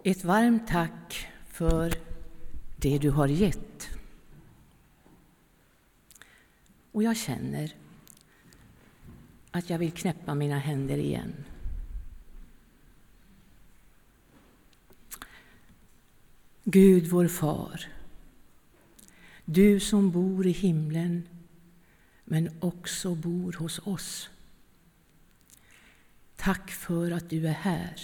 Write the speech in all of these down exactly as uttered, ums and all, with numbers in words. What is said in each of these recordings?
Ett varmt tack för det du har gett. Och jag känner att jag vill knäppa mina händer igen. Gud vår far, du som bor i himlen men också bor hos oss. Tack för att du är här.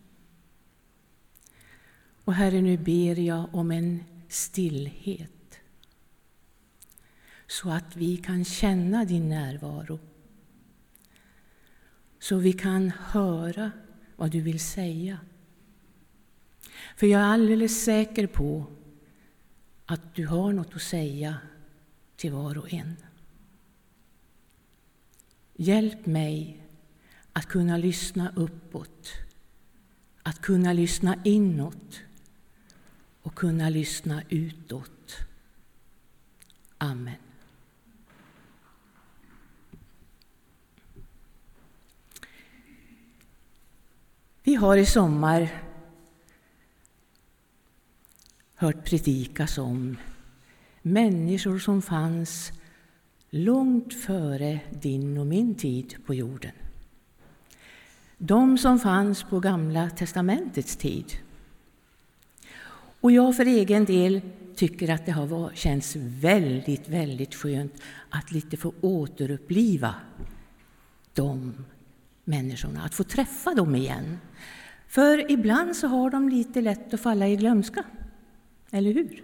Och Herre, nu ber jag om en stillhet så att vi kan känna din närvaro. Så vi kan höra vad du vill säga. För jag är alldeles säker på att du har något att säga till var och en. Hjälp mig att kunna lyssna uppåt, att kunna lyssna inåt och kunna lyssna utåt. Amen. Vi har i sommar hört predikas om människor som fanns långt före din och min tid på jorden. De som fanns på Gamla testamentets tid. Och jag för egen del tycker att det har varit, känns väldigt, väldigt skönt att lite få återuppliva de människorna, att få träffa dem igen. För ibland så har de lite lätt att falla i glömska, eller hur?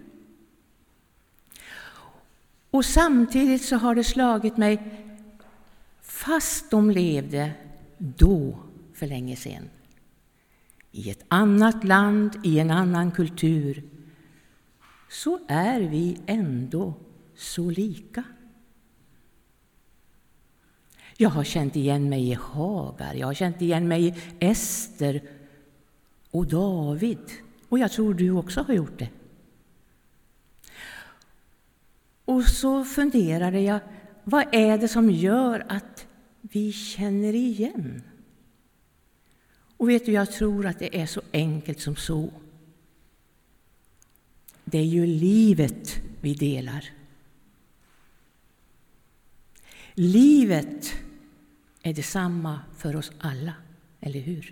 Och samtidigt så har det slagit mig, fast de levde då för länge sedan, i ett annat land, i en annan kultur, så är vi ändå så lika. Jag har känt igen mig i Hagar, jag har känt igen mig i Ester och David, och jag tror du också har gjort det. Och så funderade jag, vad är det som gör att vi känner igen? Och vet du, jag tror att det är så enkelt som så. Det är ju livet vi delar. Livet är detsamma för oss alla, eller hur?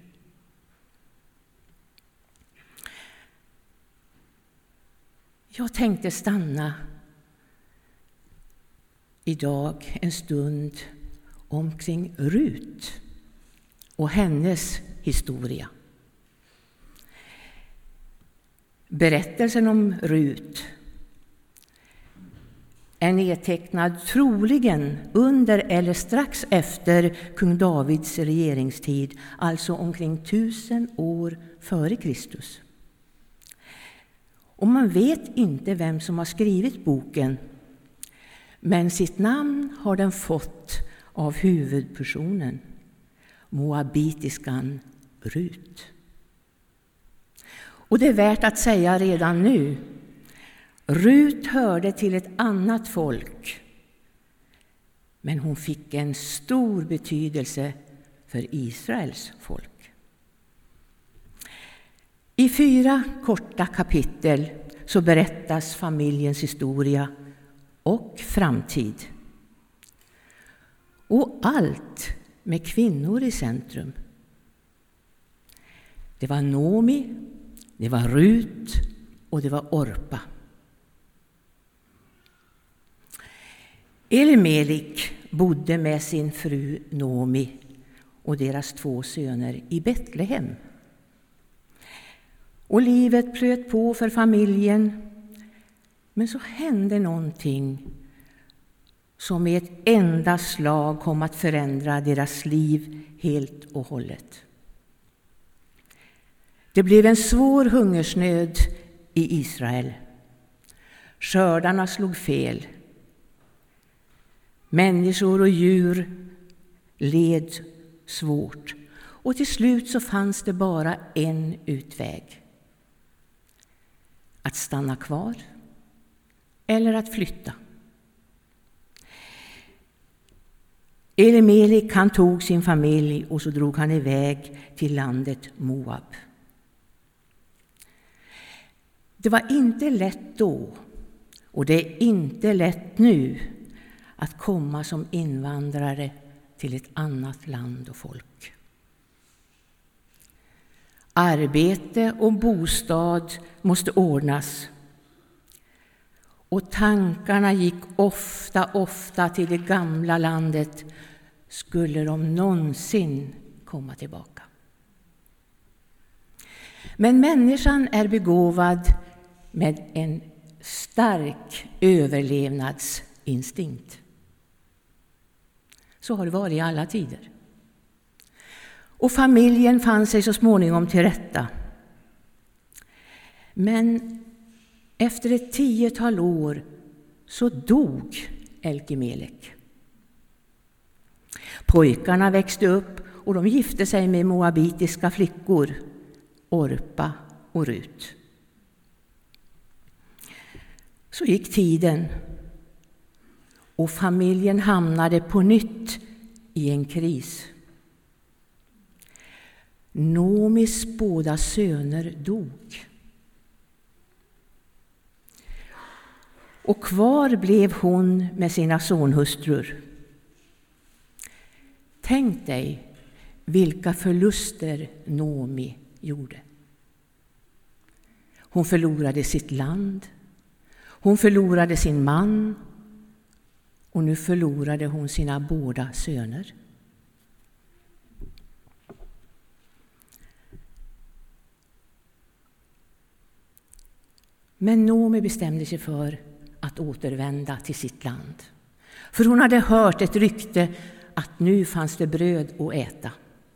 Jag tänkte stanna idag en stund omkring Rut och hennes historia. Berättelsen om Rut är nedtecknad troligen under eller strax efter kung Davids regeringstid, alltså omkring tusen år före Kristus. Och man vet inte vem som har skrivit boken, men sitt namn har den fått av huvudpersonen, moabitiskan Rut. Och det är värt att säga redan nu, Rut hörde till ett annat folk, men hon fick en stor betydelse för Israels folk. I fyra korta kapitel så berättas familjens historia och framtid. Och allt med kvinnor i centrum. Det var Nomi, det var Rut och det var Orpa. Elimelik bodde med sin fru Nomi och deras två söner i Betlehem. Och livet flöt på för familjen, men så hände någonting som i ett enda slag kom att förändra deras liv helt och hållet. Det blev en svår hungersnöd i Israel. Skördarna slog fel. Människor och djur led svårt. Och till slut så fanns det bara en utväg. Att stanna kvar eller att flytta. Elimelik, han tog sin familj och så drog han iväg till landet Moab. Det var inte lätt då, och det är inte lätt nu, att komma som invandrare till ett annat land och folk. Arbete och bostad måste ordnas. Och tankarna gick ofta, ofta till det gamla landet. Skulle de någonsin komma tillbaka? Men människan är begåvad med en stark överlevnadsinstinkt. Så har det varit i alla tider. Och familjen fann sig så småningom till rätta. Men efter ett tiotal år så dog Elkimelek. Pojkarna växte upp och de gifte sig med moabitiska flickor, Orpa och Rut. Så gick tiden och familjen hamnade på nytt i en kris. Noomis båda söner dog. Och kvar blev hon med sina sonhustrur. Tänk dig vilka förluster Noomi gjorde. Hon förlorade sitt land, hon förlorade sin man och nu förlorade hon sina båda söner. Men Noomi bestämde sig för att återvända till sitt land. För hon hade hört ett rykte att nu fanns det bröd att äta.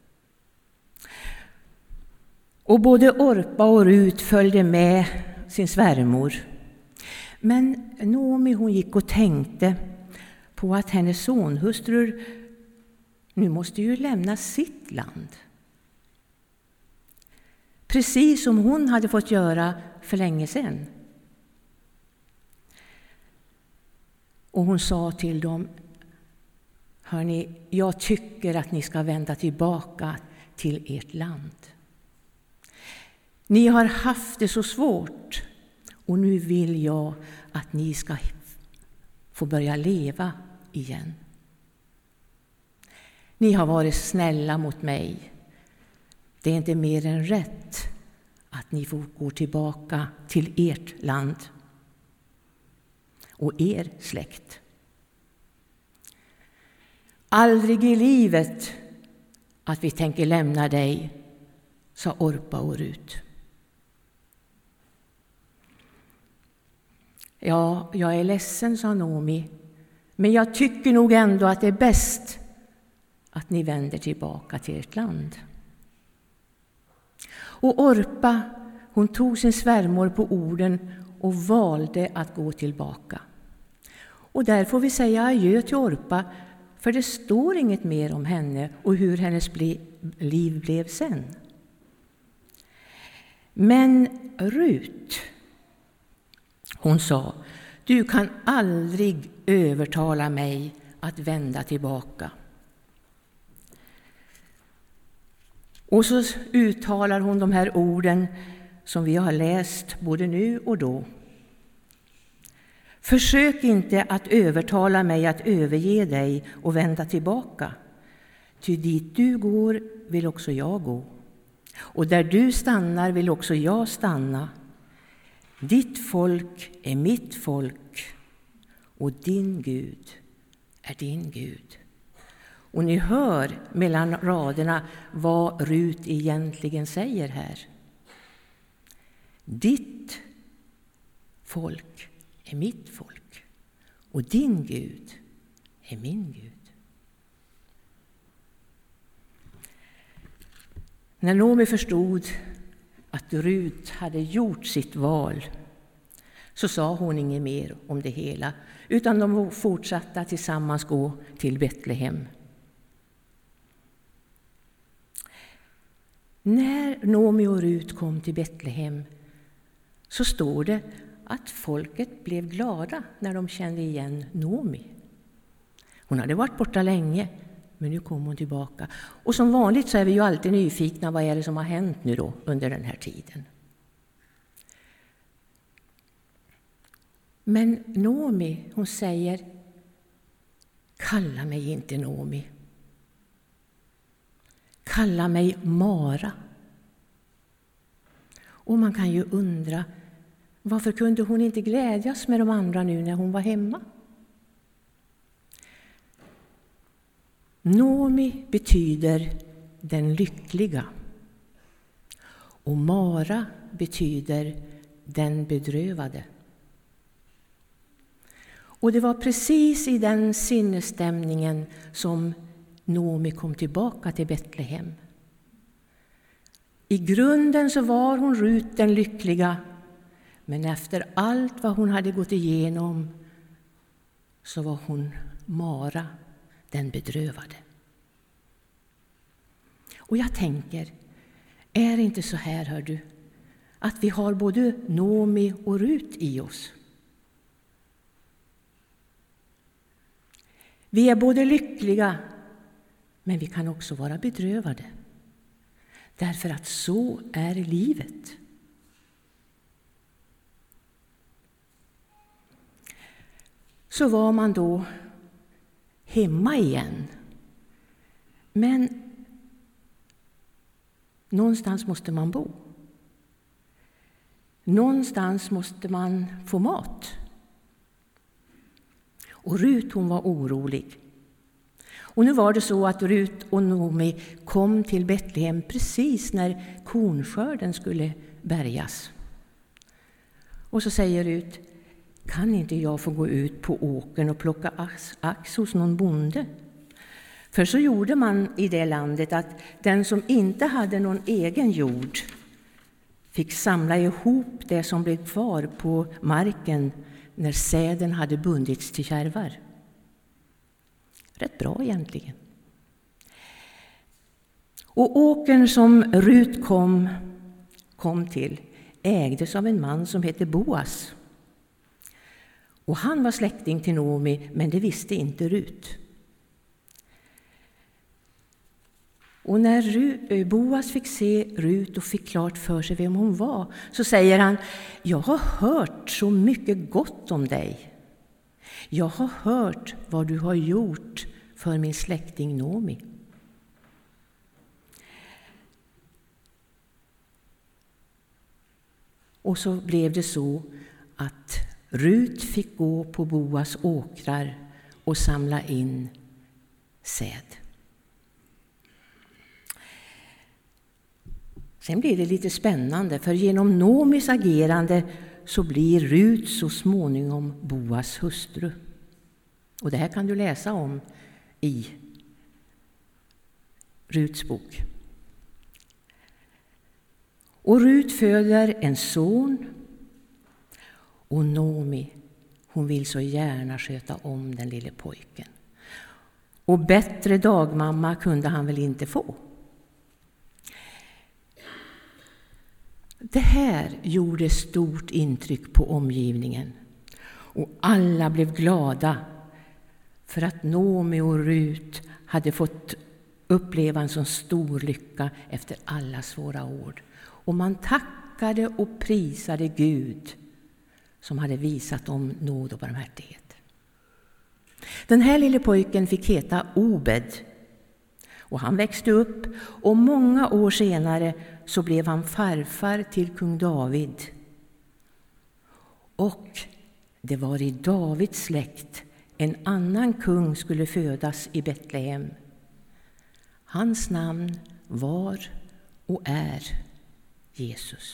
Och både Orpa och Rut följde med sin svärmor. Men Noomi hon gick och tänkte på att hennes sonhustrur nu måste ju lämna sitt land. Precis som hon hade fått göra för länge sedan. Och hon sa till dem: hörni, jag tycker att ni ska vända tillbaka till ert land. Ni har haft det så svårt och nu vill jag att ni ska få börja leva igen. Ni har varit snälla mot mig. Det är inte mer än rätt att ni får gå tillbaka till ert land och er släkt. Aldrig i livet att vi tänker lämna dig, sa Orpa och Rut. Ja, jag är ledsen, sa Noomi, men jag tycker nog ändå att det är bäst att ni vänder tillbaka till ert land. Och Orpa, hon tog sin svärmor på orden och valde att gå tillbaka. Och där får vi säga adjö till Orpa, för det står inget mer om henne och hur hennes liv blev sen. Men Rut, hon sa: du kan aldrig övertala mig att vända tillbaka. Och så uttalar hon de här orden som vi har läst både nu och då. Försök inte att övertala mig att överge dig och vända tillbaka. Ty dit du går vill också jag gå. Och där du stannar vill också jag stanna. Ditt folk är mitt folk och din Gud är din Gud. Och ni hör mellan raderna vad Rut egentligen säger här. Ditt folk är mitt folk och din Gud är min Gud. När Noomi förstod att Rut hade gjort sitt val så sa hon inget mer om det hela, utan de fortsatte tillsammans gå till Betlehem. När Noomi och Rut kom till Betlehem så står det att folket blev glada när de kände igen Noomi. Hon hade varit borta länge, men nu kom hon tillbaka. Och som vanligt så är vi ju alltid nyfikna, vad är det som har hänt nu då under den här tiden. Men Naomi, hon säger, kalla mig inte Naomi. Kalla mig Mara. Och man kan ju undra, varför kunde hon inte glädjas med de andra nu när hon var hemma? Naomi betyder den lyckliga. Och Mara betyder den bedrövade. Och det var precis i den sinnesstämningen som Naomi kom tillbaka till Betlehem. I grunden så var hon Rut den lyckliga, men efter allt vad hon hade gått igenom så var hon Mara den bedrövade. Och jag tänker, är det inte så här, hör du, att vi har både Naomi och Rut i oss? Vi är både lyckliga, men vi kan också vara bedrövade. Därför att så är livet. Så var man då hemma igen. Men någonstans måste man bo. Någonstans måste man få mat. Och Rut, hon var orolig. Och nu var det så att Rut och Naomi kom till Betlehem precis när kornskörden skulle bärgas. Och så säger Rut, kan inte jag få gå ut på åkern och plocka ax, ax hos någon bonde? För så gjorde man i det landet att den som inte hade någon egen jord fick samla ihop det som blev kvar på marken när säden hade bundits till kärvar. Rätt bra egentligen. Och åkern som Rut kom, kom till ägdes av en man som hette Boas. Och han var släkting till Naomi, men det visste inte Rut. Och när Boas fick se Rut och fick klart för sig vem hon var, så säger han, jag har hört så mycket gott om dig. Jag har hört vad du har gjort för min släkting Naomi. Och så blev det så att Rut fick gå på Boas åkrar och samla in säd. Sen blir det lite spännande, för genom Naomis agerande så blir Rut så småningom Boas hustru. Och det här kan du läsa om i Ruts bok. Och Rut föder en son, och Naomi, hon vill så gärna sköta om den lille pojken. Och bättre dagmamma kunde han väl inte få. Det här gjorde stort intryck på omgivningen, och alla blev glada för att Naomi och Rut hade fått uppleva en så stor lycka efter alla svåra år. Och man tackade och prisade Gud som hade visat dem nåd och barmhärtighet. Den här lille pojken fick heta Obed, och han växte upp, och många år senare så blev han farfar till kung David. Och det var i Davids släkt en annan kung skulle födas i Betlehem. Hans namn var och är Jesus.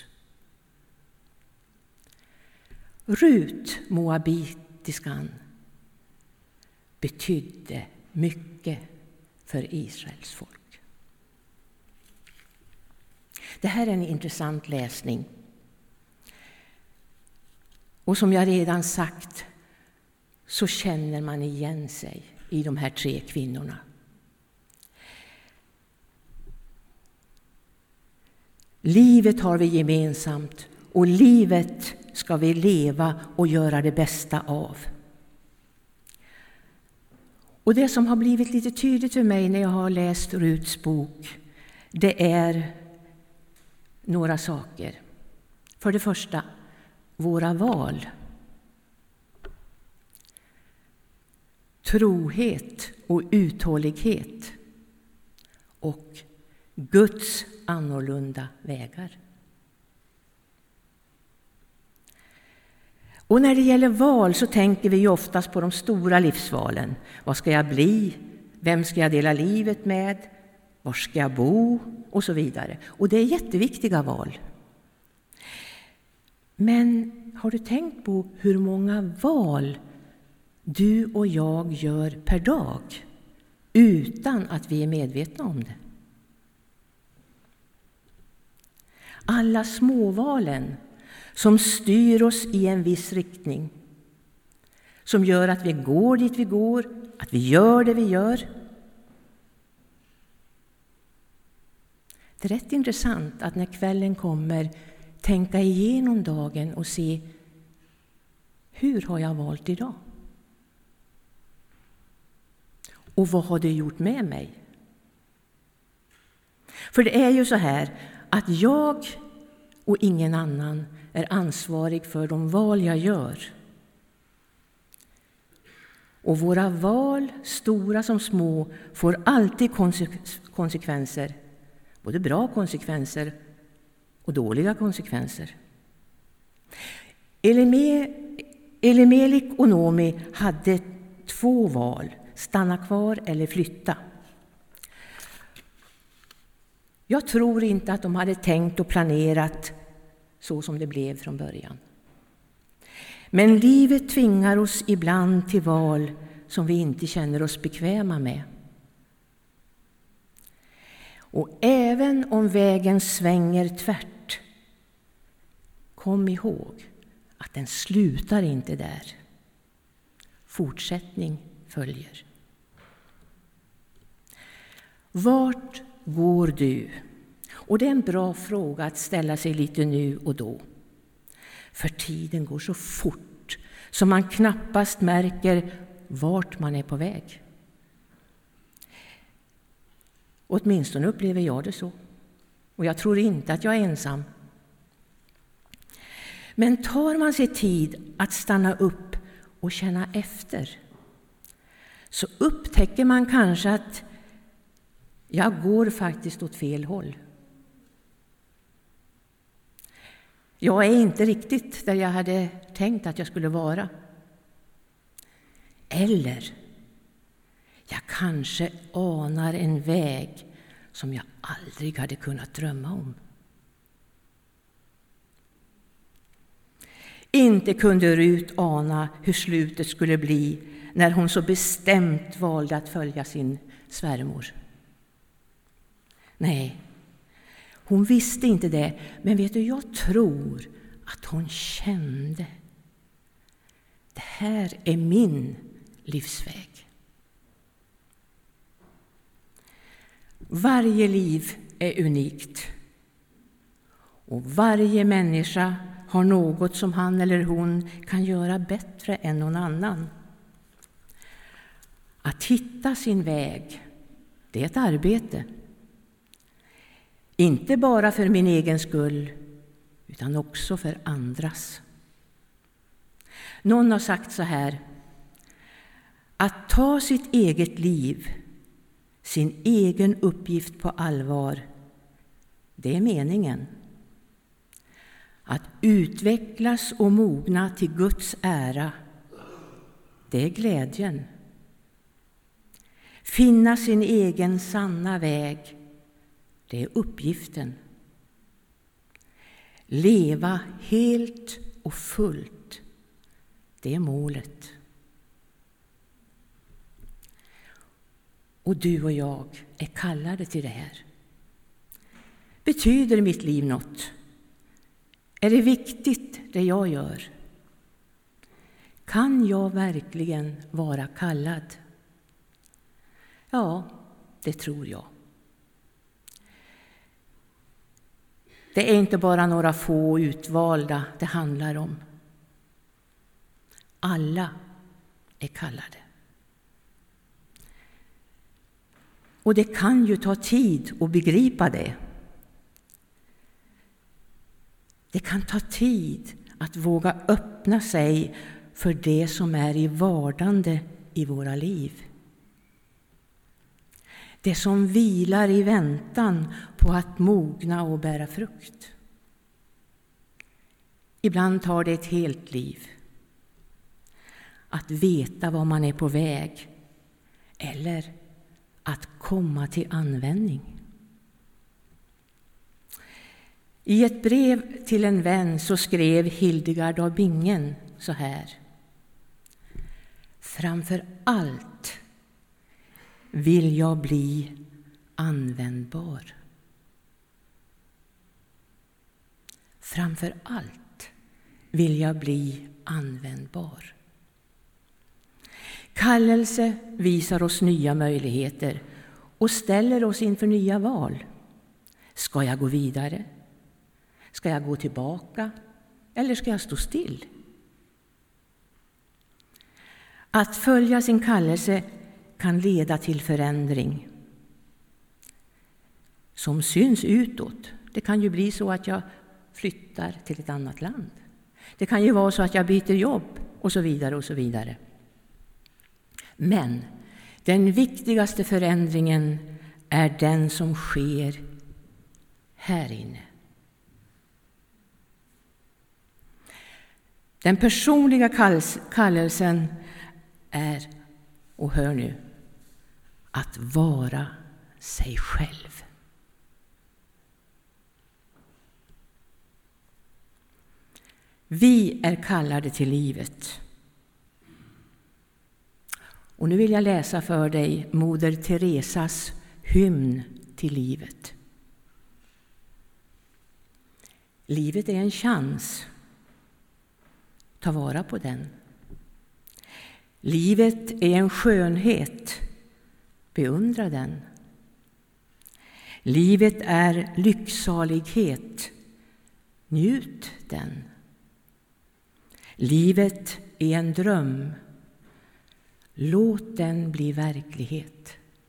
Rut, moabitiskan, betydde mycket för Israels folk. Det här är en intressant läsning. Och som jag redan sagt så känner man igen sig i de här tre kvinnorna. Livet har vi gemensamt, och livet ska vi leva och göra det bästa av. Och det som har blivit lite tydligt för mig när jag har läst Ruts bok, det är några saker. För det första, våra val. trohet och uthållighet och Guds annorlunda vägar. Och när det gäller val så tänker vi ju oftast på de stora livsvalen. Vad ska jag bli? Vem ska jag dela livet med? Var ska jag bo? Och så vidare. Och det är jätteviktiga val. Men har du tänkt på hur många val du och jag gör per dag utan att vi är medvetna om det? Alla småvalen som styr oss i en viss riktning, som gör att vi går dit vi går, att vi gör det vi gör. Det är rätt intressant att när kvällen kommer tänka igenom dagen och se, hur har jag valt idag? Och vad har det gjort med mig? För det är ju så här att jag och ingen annan är ansvarig för de val jag gör. Och våra val, stora som små, får alltid konsekvenser. Både bra konsekvenser och dåliga konsekvenser. Elimelik och Nomi hade två val, stanna kvar eller flytta. Jag tror inte att de hade tänkt och planerat så som det blev från början. Men livet tvingar oss ibland till val som vi inte känner oss bekväma med. Och även om vägen svänger tvärt, kom ihåg att den slutar inte där. Fortsättning följer. Vart går du? Och det är en bra fråga att ställa sig lite nu och då. För tiden går så fort så man knappast märker vart man är på väg. Åtminstone upplever jag det så. Och jag tror inte att jag är ensam. Men tar man sig tid att stanna upp och känna efter, så upptäcker man kanske att jag går faktiskt åt fel håll. Jag är inte riktigt där jag hade tänkt att jag skulle vara. Eller jag kanske anar en väg som jag aldrig hade kunnat drömma om. Inte kunde Rut ana hur slutet skulle bli när hon så bestämt valde att följa sin svärmor. Nej, hon visste inte det, men vet du, jag tror att hon kände. Det här är min livsväg. Varje liv är unikt. Och varje människa har något som han eller hon kan göra bättre än någon annan. Att hitta sin väg, det är ett arbete. Inte bara för min egen skull, utan också för andras. Någon har sagt så här: att ta sitt eget liv, sin egen uppgift på allvar, det är meningen. Att utvecklas och mogna till Guds ära, det är glädjen. Finna sin egen sanna väg, det är uppgiften. Leva helt och fullt, det är målet. Och du och jag är kallade till det här. Betyder mitt liv något? Är det viktigt det jag gör? Kan jag verkligen vara kallad? Ja, det tror jag. Det är inte bara några få utvalda det handlar om. Alla är kallade. Och det kan ju ta tid att begripa det. Det kan ta tid att våga öppna sig för det som är i vardande i våra liv. Det som vilar i väntan på att mogna och bära frukt. Ibland tar det ett helt liv att veta var man är på väg eller att komma till användning. I ett brev till en vän så skrev Hildegard av Bingen så här: framför allt vill jag bli användbar. Framför allt vill jag bli användbar. Kallelse visar oss nya möjligheter och ställer oss inför nya val. Ska jag gå vidare? Ska jag gå tillbaka? Eller ska jag stå still? Att följa sin kallelse kan leda till förändring som syns utåt. Det kan ju bli så att jag flyttar till ett annat land. Det kan ju vara så att jag byter jobb och så vidare och så vidare. Men den viktigaste förändringen är den som sker här inne. Den personliga kallelsen är, och hör nu, att vara sig själv. Vi är kallade till livet. Och nu vill jag läsa för dig Moder Teresas hymn till livet. Livet är en chans. Ta vara på den. Livet är en skönhet. Beundra den. Livet är lycksalighet. Njut den. Livet är en dröm. Låt den bli verklighet.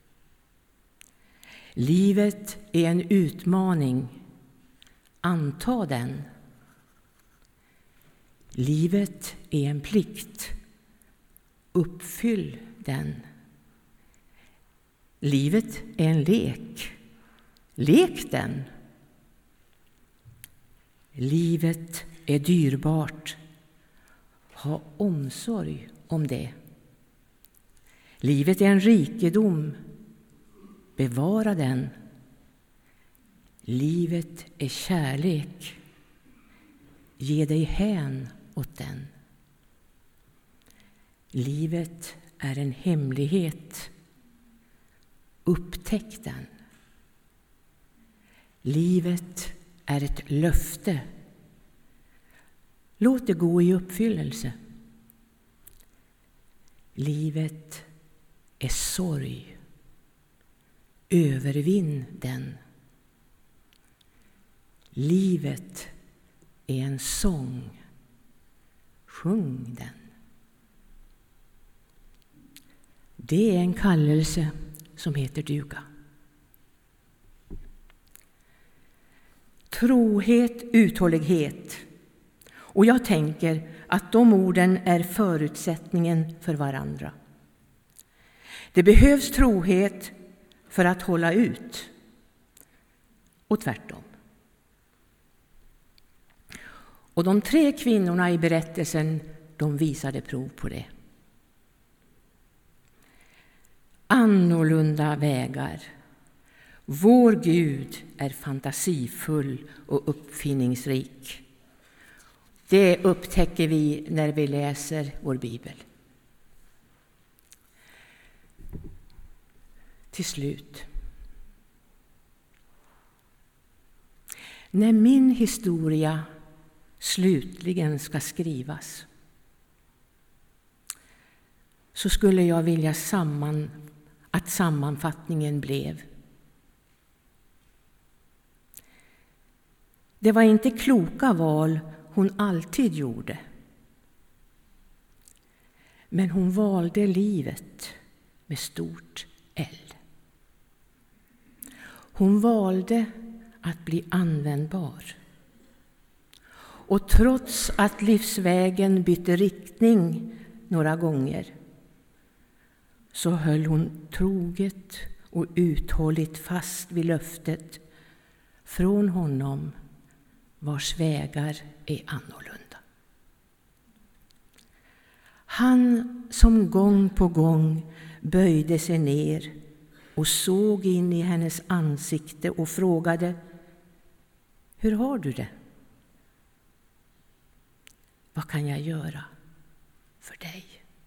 Livet är en utmaning. Anta den. Livet är en plikt. Uppfyll den. Livet är en lek. Lek den. Livet är dyrbart. Ha omsorg om det. Livet är en rikedom. Bevara den. Livet är kärlek. Ge dig hän åt den. Livet är en hemlighet. Upptäck den. Livet är ett löfte. Låt det gå i uppfyllelse. Livet är sorg. Övervinn den. Livet är en sång. Sjung den. Det är en kallelse som heter duga. Trohet, uthållighet. Och jag tänker att de orden är förutsättningen för varandra. Det behövs trohet för att hålla ut. Och tvärtom. Och de tre kvinnorna i berättelsen, de visade prov på det. Annorlunda vägar. Vår Gud är fantasifull och uppfinningsrik. Det upptäcker vi när vi läser vår bibel. Till slut. När min historia slutligen ska skrivas så skulle jag vilja samman, att sammanfattningen blev: det var inte kloka val hon alltid gjorde, men hon valde livet med stort L. Hon valde att bli användbar. Och trots att livsvägen bytte riktning några gånger så höll hon troget och uthålligt fast vid löftet från honom vars vägar är annorlunda. Han som gång på gång böjde sig ner och såg in i hennes ansikte och frågade: hur har du det? Vad kan jag göra för dig?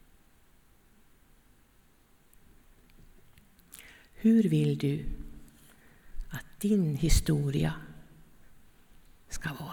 Hur vill du att din historia ska vara?